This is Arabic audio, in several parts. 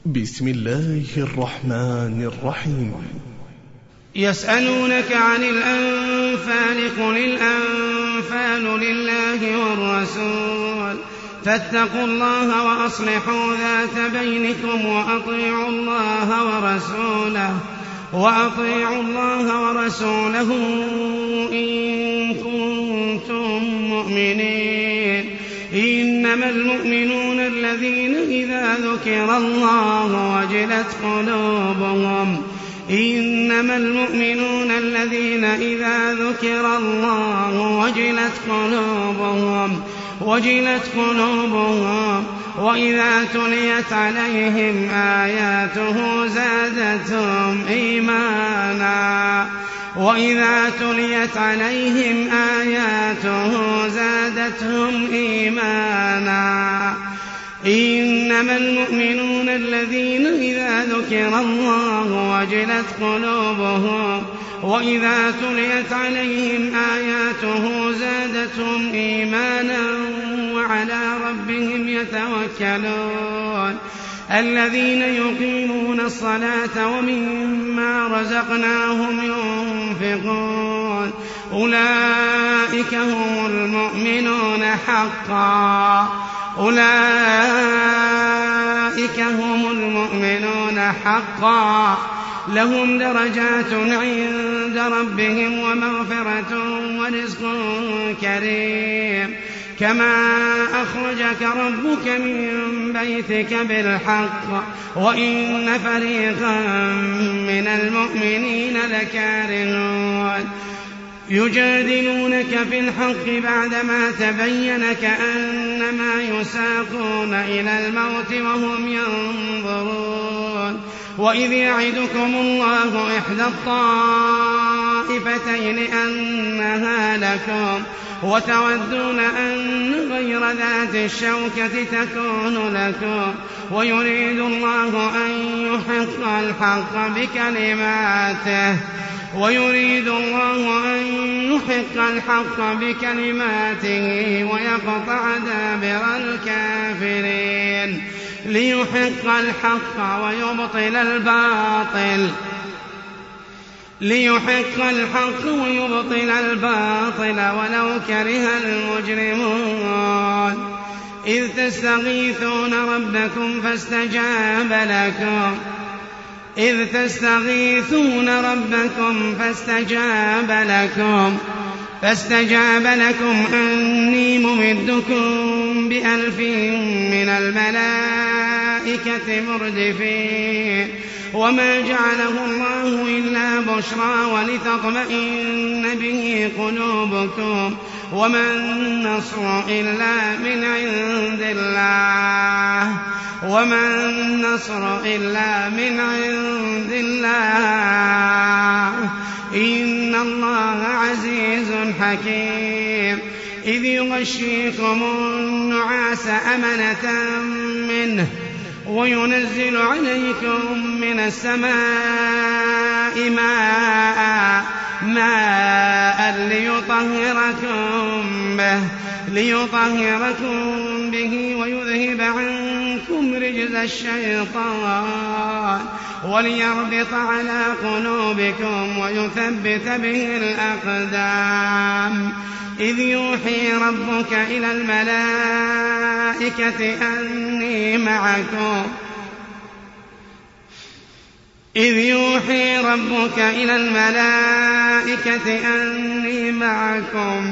بسم الله الرحمن الرحيم. يسألونك عن الأنفال قل الأنفال لله والرسول فاتقوا الله وأصلحوا ذات بينكم وأطيعوا الله ورسوله إن كنتم مؤمنين. إنما المؤمنون الذين إذا ذكر الله وجلت قلوبهم وإذا تليت عليهم آياته زادتهم إيمانا. إنما المؤمنون الذين إذا ذكر الله وجلت قلوبهم وإذا تليت عليهم آياته زادتهم إيمانا وعلى ربهم يتوكلون. الذين يقيمون الصلاة ومما رزقناهم ينفقون أولئك هم المؤمنون حقا لهم درجات عند ربهم ومغفرة ورزق كريم. كما أخرجك ربك من بيتك بالحق وإن فريقا من المؤمنين لكارهون يجادلونك في الحق بعدما تبين كأنما يساقون إلى الموت وهم ينظرون. وإذ يعدكم الله إحدى الطائفتين أنها لكم وتودون أن غير ذات الشوكة تكون لكم ويريد الله أن يحق الحق بكلماته ويقطع دابر الكافرين ليحق الحق ويبطل الباطل ولو كره المجرمون. إذ تستغيثون ربكم فاستجاب لكم أني ممدكم ب1000 من الملائكة مردفين. وما جعله الله إلا بشرى ولتطمئن به قلوبكم وما النصر إلا من عند الله إن الله عزيز حكيم. إذ يغشيكم النعاس أمنة منه وينزل عليكم من السماء ماء ليطهركم به ويذهب عنكم رجز الشيطان وليربط على قلوبكم ويثبت به الأقدام. إذ يوحي ربك إلى الملائكة أني معكم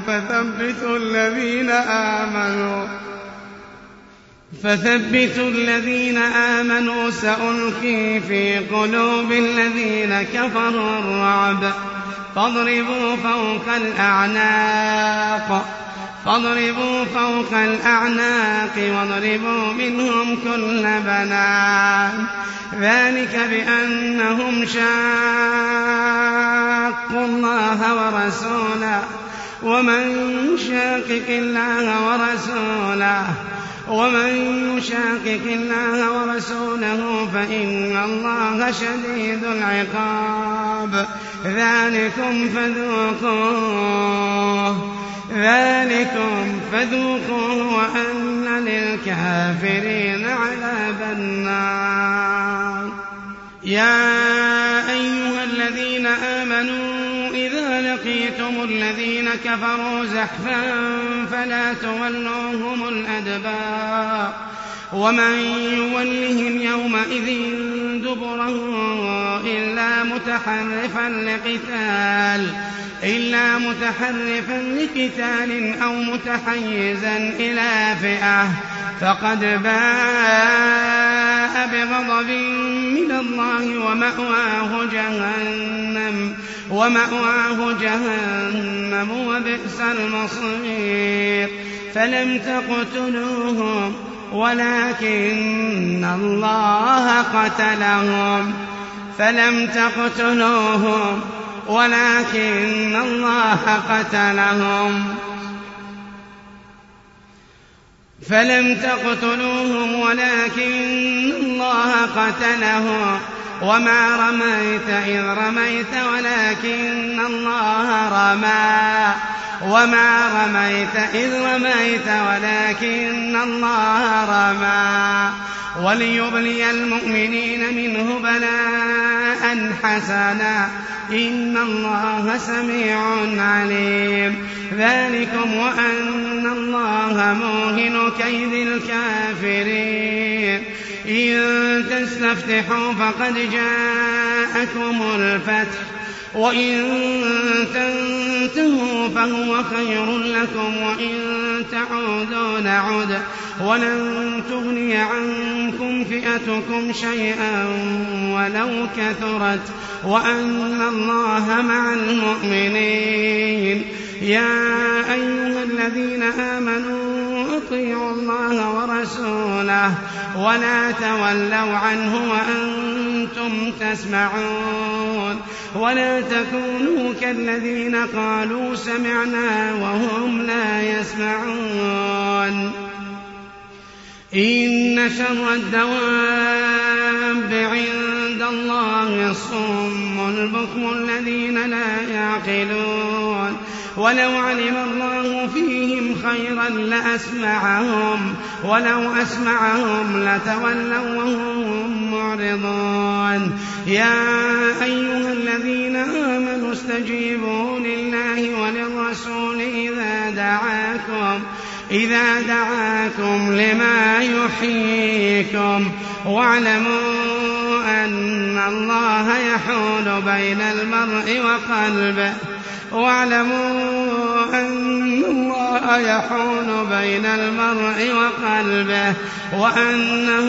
فثبتوا الذين آمنوا سألقي في قلوب الذين كفروا الرعب فاضربوا فوق الأعناق واضربوا منهم كل بنان. ذلك بأنهم شاقوا الله ورسوله ومن يشاقق الله ورسوله فإن الله شديد العقاب. ذلكم فذوقوه وأن للكافرين عذاب النار. يا أيها الذين آمنوا إذا لقيتم الذين كفروا زحفا فلا تولوهم الأدبار ومن يولهم يومئذ دبره إلا متحرفا لقتال أو متحيزا إلى فئة فقد باء بغضب من الله ومأواه جهنم وبئس المصير. فلم تقتلوهم ولكن الله قتلهم وما رميت إذ رميت ولكن الله رمى وما رميت إذ رميت ولكن الله رمى وليبلي المؤمنين منه بلاء حسنا إن الله سميع عليم. ذلكم وأن الله موهن كيد الكافرين. إن تستفتحوا فقد جاءكم الفتح وإن تنتهوا فهو خير لكم وإن تعودوا نعد ولن تغني عنكم فئتكم شيئا ولو كثرت وأن الله مع المؤمنين. يا أيها الذين آمنوا أطيعوا الله ورسوله ولا تولوا عنه وأنتم تسمعون ولا تكونوا كالذين قالوا سمعنا وهم لا يسمعون. إن شر الدواب عند الله الصم البكم الذين لا يعقلون ولو علم الله فيهم خيرا لأسمعهم ولو أسمعهم لتولوا وهم معرضون. يا أيها الذين آمنوا استجيبوا لله وللرسول إذا دعاكم لما يحييكم واعلموا أن الله يحول بين المرء وقلبه وأنه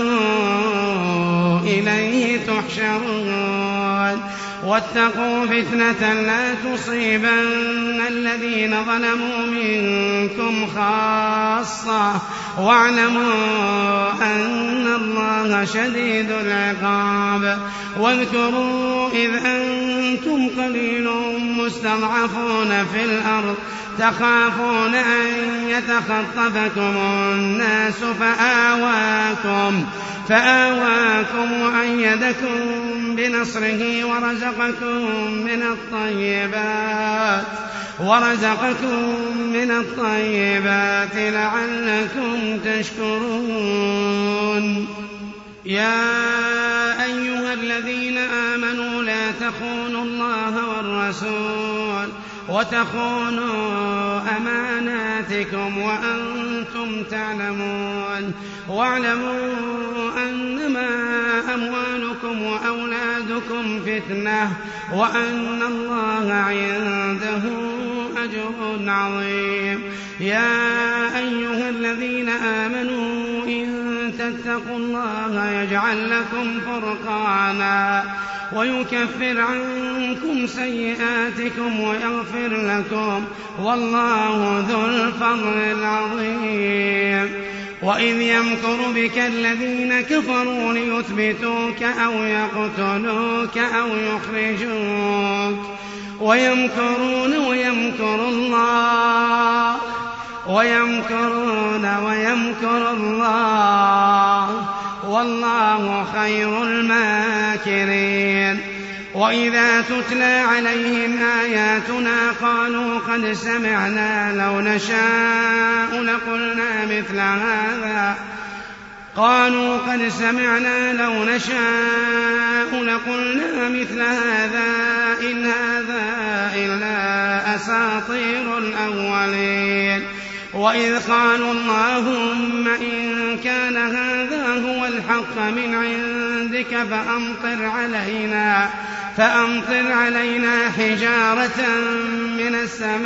إليه تحشرون. واتقوا فتنة لا تصيبن الذين ظلموا منكم خاصة واعلموا أن الله شديد العقاب. واذكروا إذ أنتم قليل مستضعفون في الأرض تخافون أن يتخطفكم الناس فآواكم وأيدكم بنصره ورزقكم من الطيبات لعلكم تشكرون. يا أيها الذين آمنوا لا تخونوا الله والرسول وتخونوا أماناتكم وأنتم تعلمون. واعلموا أنما أموالكم وأولادكم فتنة وأن الله عنده أجر عظيم. يا أيها الذين آمنوا إن تتقوا الله يجعل لكم فرقانا ويكفر عنكم سيئاتكم ويغفر لكم والله ذو الفضل العظيم. وإذ يمكر بك الذين كفروا ليثبتوك أو يقتلوك أو يخرجوك ويمكرون ويمكر الله والله خير الماكرين. وإذا تتلى عليهم آياتنا قالوا قد سمعنا لو نشاء لقلنا مثل هذا إن هذا إلا أساطير الأولين وإذ قالوا اللهم إن كان هذا هو الحق من عندك فأمطر علينا حجارة من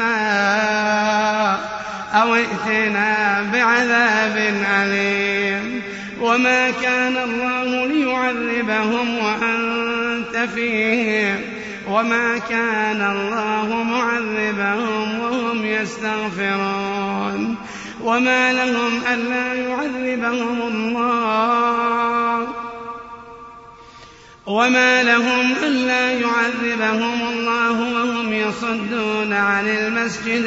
السماء أو ائتنا بعذاب أليم وما كان الله ليعذبهم وأنت فيهم وما كان الله معذبهم وهم يستغفرون وما لهم ألا يعذبهم الله وهم يصدون عن المسجد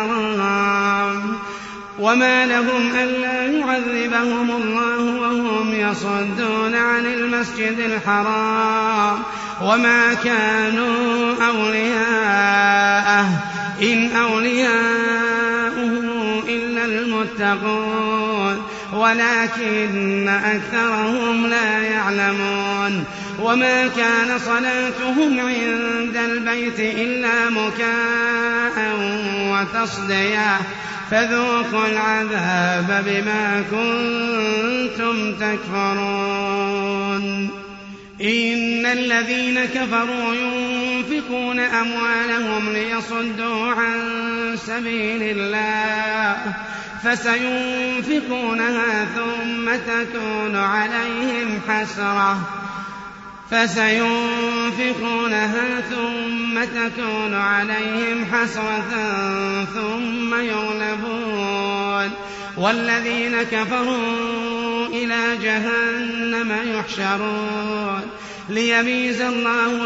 الحرام وما كانوا أولياءه إن أولياؤه إلا المتقون ولكن أكثرهم لا يعلمون وما كان صلاتهم عند البيت إلا مكاء وتصدية فذوقوا العذاب بما كنتم تكفرون إن الذين كفروا ينفقون أموالهم ليصدوا عن سبيل الله فسينفقونها ثم تكون عليهم حسرة ثم يغلبون والذين كفروا إلى جهنم يحشرون ليميز الله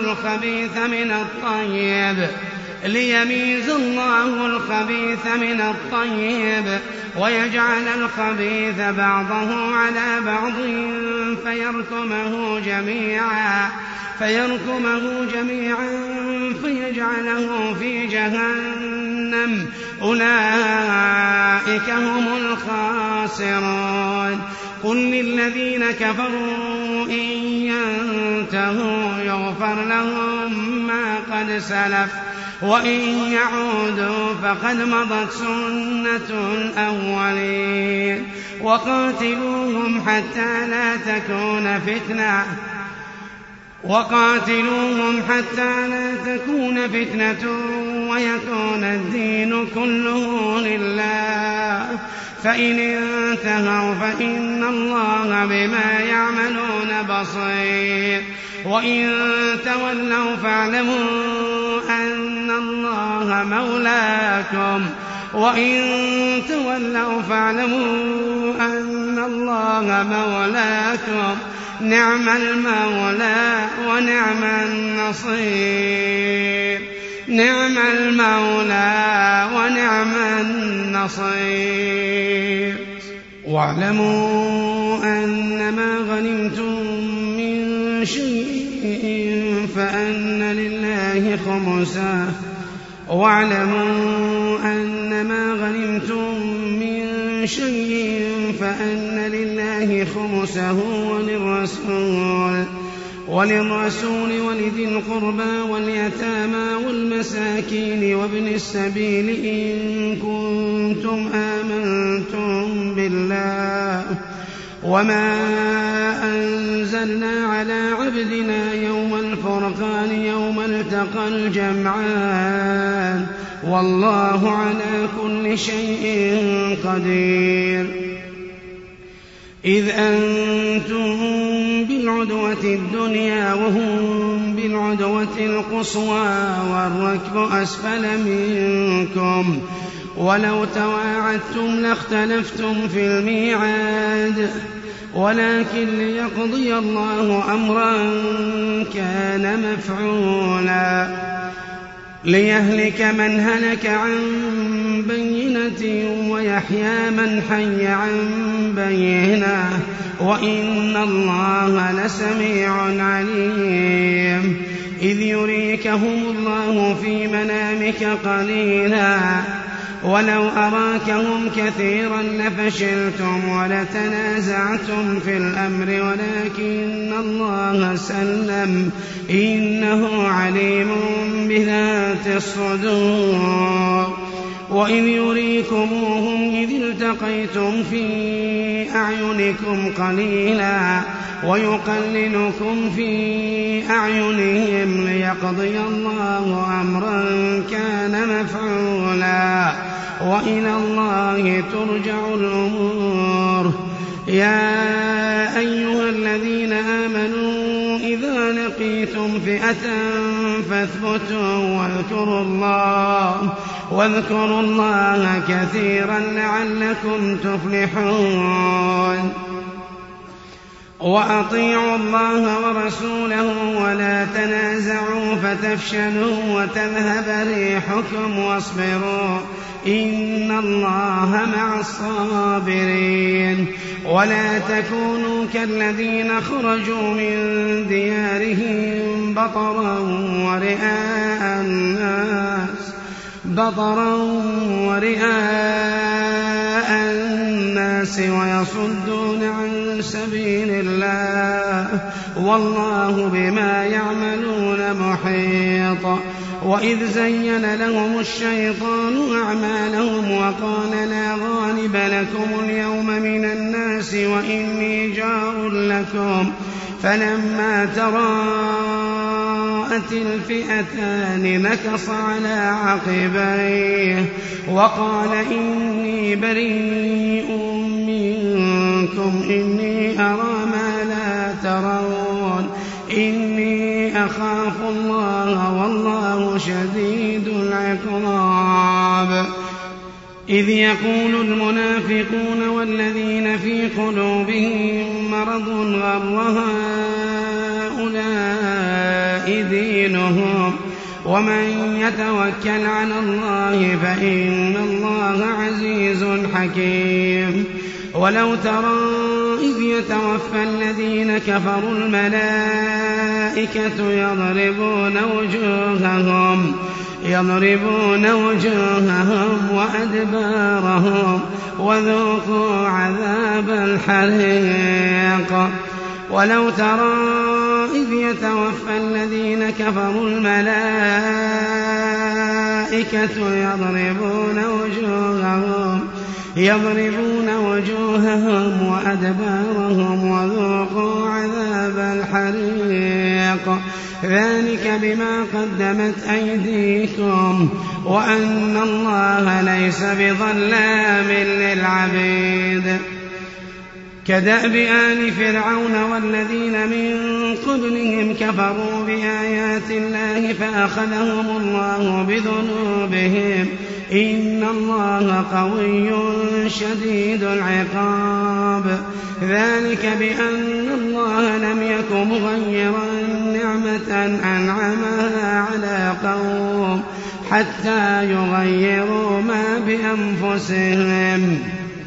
الخبيث من الطيب ويجعل الخبيث بعضه على بعض فيركمه جميعا فيجعله في جهنم أولئك هم الخاسرون قل للذين كفروا إن ينتهوا يغفر لهم ما قد سلف وإن يعودوا فقد مضت سنة الأولين وقاتلوهم حتى لا تكون فتنة ويكون الدين كله لله فإن انتهوا فإن الله بما يعملون بصير وإن تولوا فاعلموا أن الله مولاكم نعم المولى ونعم النصير واعلموا أن ما غنمتم من شيء فأن لله خمسه وللرسول ولذي القربى واليتامى والمساكين وابن السبيل إن كنتم آمنتم بالله وما أنزلنا على عبدنا يوم الفرقان يوم التقى الجمعان والله على كل شيء قدير إذ أنتم بالعدوة الدنيا وهم بالعدوة القصوى والركب أسفل منكم ولو تواعدتم لاختلفتم في الميعاد ولكن ليقضي الله أمرا كان مفعولا ليهلك من هلك عن بينة ويحيى من حي عن بينة وإن الله لسميع عليم إذ يريكهم الله في منامك قليلا ولو أراكهم كثيرا لفشلتم ولتنازعتم في الأمر ولكن الله سلم إنه عليم بذات الصدور وإذ يريكموهم إذ التقيتم في أعينكم قليلا ويقللكم في أعينهم ليقضي الله أمرا كان مفعولا وإلى الله ترجع الأمور يا أيها الذين آمنوا إذا لقيتم فئة فاثبتوا واذكروا الله كثيرا لعلكم تفلحون وأطيعوا الله ورسوله ولا تنازعوا فتفشلوا وتذهب ريحكم واصبروا إن الله مع الصابرين ولا تكونوا كالذين خرجوا من ديارهم بطرا ورئاء الناس ويصدون عن سبيل الله والله بما يعملون محيط وإذ زين لهم الشيطان أعمالهم وقال لا غالب لكم اليوم من الناس وإني جار لكم فلما تراءت الفئتان نكص على عقبيه وقال إني بريء منكم إني أرى ما لا ترون إني أخاف الله والله شديد العقاب إذ يقول المنافقون والذين في قلوبهم مرض غر هؤلاء دينهم ومن يتوكل على الله فإن الله عزيز حكيم ولو ترى إذ يتوفى الذين كفروا الملائكة يضربون وجوههم وأدبارهم وذوقوا عذاب الحريق ولو ترى إذ يتوفى الذين كفروا الملائكة يضربون وجوههم وأدبارهم وذوقوا عذاب الحريق ذلك بما قدمت أيديكم وأن الله ليس بظلام للعبيد كدأب آل فرعون والذين من قبلهم كفروا بآيات الله فأخذهم الله بذنوبهم إن الله قوي شديد العقاب ذلك بأن الله لم يك مغيرا نعمة أنعمها على قوم حتى يغيروا ما بأنفسهم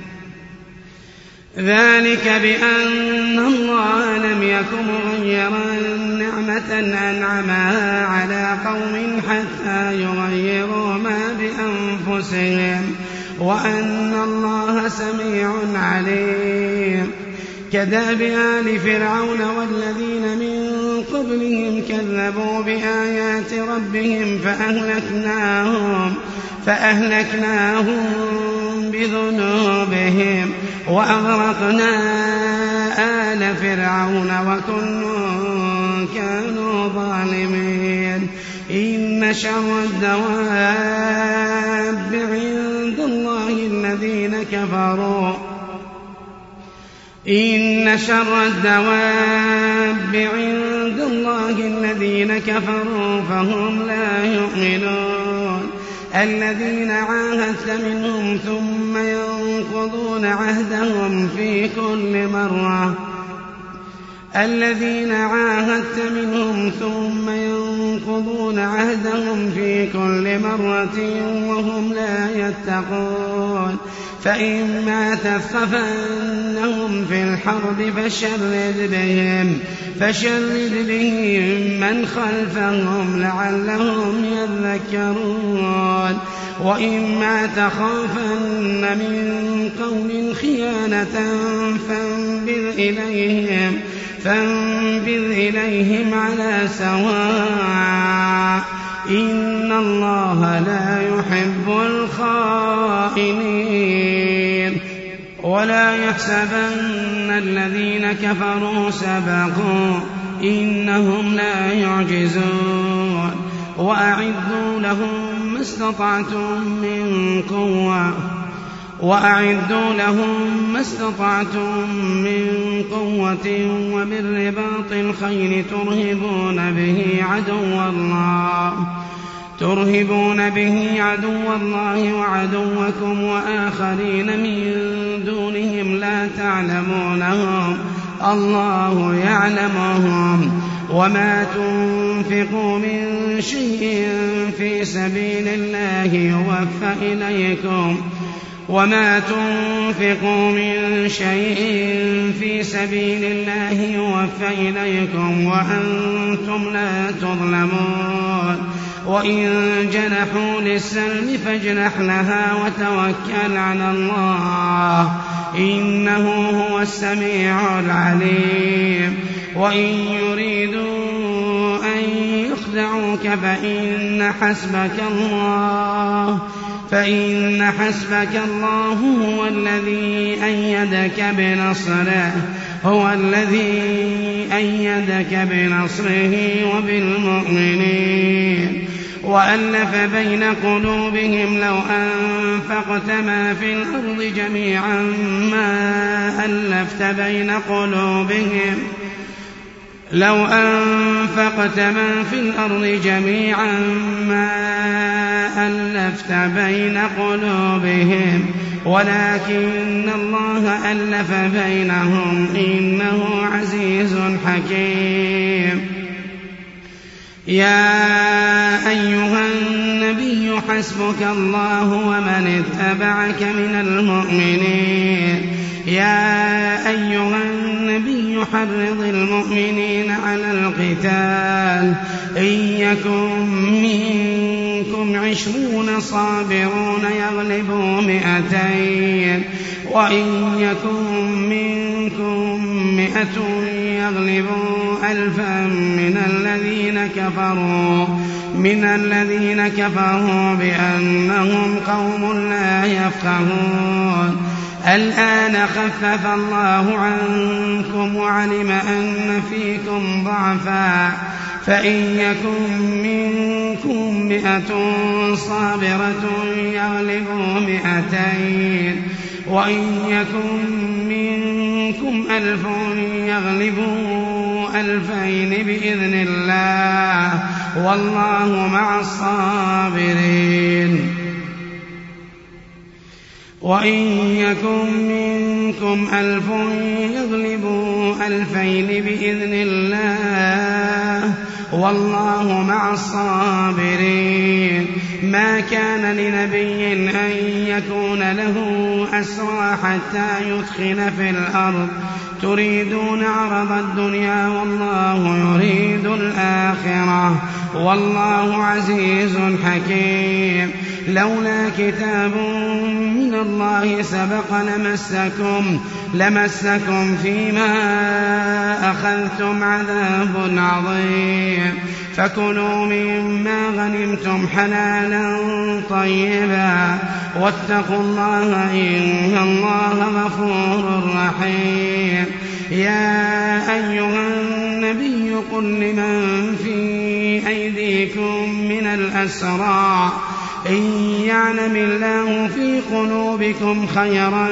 ذلك بأن الله لم يك مغيرا نعمة أنعمها على قوم حتى يغيروا ما بأنفسهم وأن الله سميع عليم كدأب آل فرعون والذين من قبلهم كذبوا بآيات ربهم فأهلكناهم بذنوبهم وأغرقنا آل فرعون وكل كانوا ظالمين إن شر الدواب عند الله الذين كفروا فهم لا يؤمنون الذين عاهدت منهم ثم ينقضون عهدهم في كل مرة وهم لا يتقون فإما تثقفن يستعملونهم في الحرب فشرد بهم من خلفهم لعلهم يذكرون وإما تخافن من قوم خيانة فانبذ إليهم على سواء إن الله لا يحب الخائنين ولا يحسبن الذين كفروا سبقوا إنهم لا يعجزون وأعدوا لهم ما استطعتم من قوة ومن رباط الخيل ترهبون به عدو الله وعدوكم وآخرين من دونهم لا تعلمونهم الله يعلمهم وما تنفقوا من شيء في سبيل الله يوفى إليكم وأنتم لا تظلمون وإن جنحوا للسلم فاجنح لها وتوكل على الله إنه هو السميع العليم وإن يريدوا أن يخدعوك فإن حسبك الله هو الذي أيدك بنصره وبالمؤمنين وألف بين قلوبهم لو أنفقت ما في الأرض جميعا ما ألفت بين قلوبهم ولكن الله ألف بينهم إنه عزيز حكيم يا أيها النبي حسبك الله ومن اتبعك من المؤمنين يا أيها النبي حرض المؤمنين على القتال إن يكن منكم 20 صابرون يغلبوا 200 وإن يكن منكم 100 يغلبوا 1000 من الذين كفروا بأنهم قوم لا يفقهون الآن خفف الله عنكم وعلم أن فيكم ضعفا فإن يكن منكم 100 صابرة يغلبوا 200 وإن يكن منكم 1000 يغلبوا 2000 بإذن الله والله مع الصابرين وإن يكن منكم 1000 يغلبوا 2000 بإذن الله والله مع الصابرين ما كان لنبي أن يكون له أسرى حتى يثخن في الأرض تريدون عرض الدنيا والله يريد الآخرة والله عزيز حكيم لولا كتاب من الله سبق لمسكم فيما أخذتم عذاب عظيم فكلوا مما غنمتم حلالا طيبا واتقوا الله إن الله غفور رحيم يا أيها النبي قل لمن في أيديكم من الأسرى إن يعلم الله في قلوبكم خيرا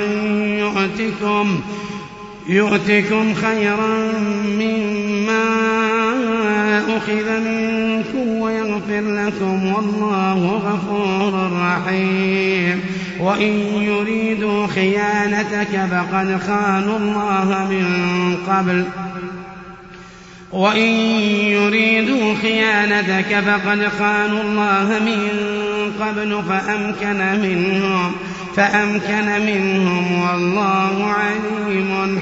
يؤتكم خيرا مما أخذ منكم ويغفر لكم والله غفور رحيم وإن يريدوا خيانتك فقد خانوا الله من قبل فأمكن منهم والله عليم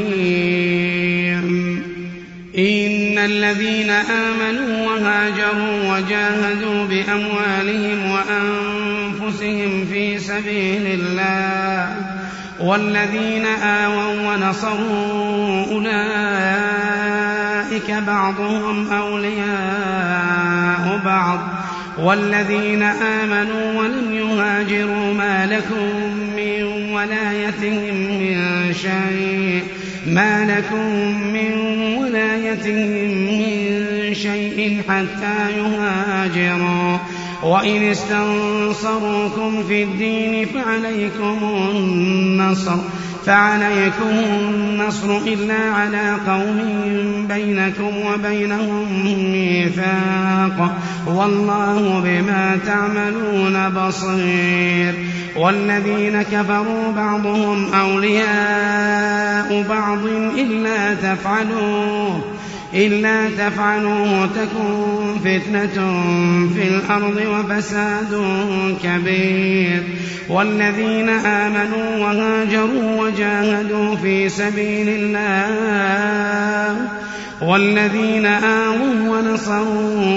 حكيم. إن الذين آمنوا وهاجروا وجاهدوا بأموالهم وأنفسهم في سبيل الله والذين آووا ونصروا أولئك بعضهم أولياء بعض والذين آمنوا ولم يهاجروا ما لكم من ولايتهم من شيء حتى يهاجروا وإن استنصروكم في الدين فعليكم النصر إلا على قوم بينكم وبينهم ميثاق والله بما تعملون بصير. والذين كفروا بعضهم أولياء بعض إلا تفعلوه تكن فتنة في الأرض وفساد كبير. والذين آمنوا وهاجروا وجاهدوا في سبيل الله والذين آووا ونصروا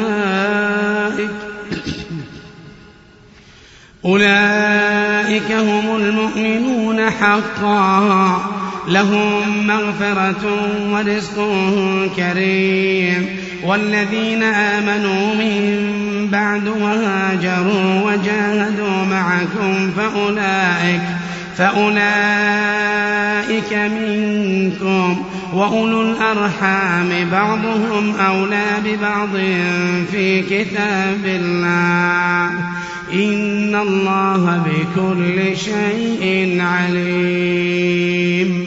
أولئك هم المؤمنون حقا لهم مغفرة ورزق كريم. والذين آمنوا من بعد وهاجروا وجاهدوا معكم فأولئك منكم وأولو الأرحام بعضهم أولى ببعض في كتاب الله إن الله بكل شيء عليم.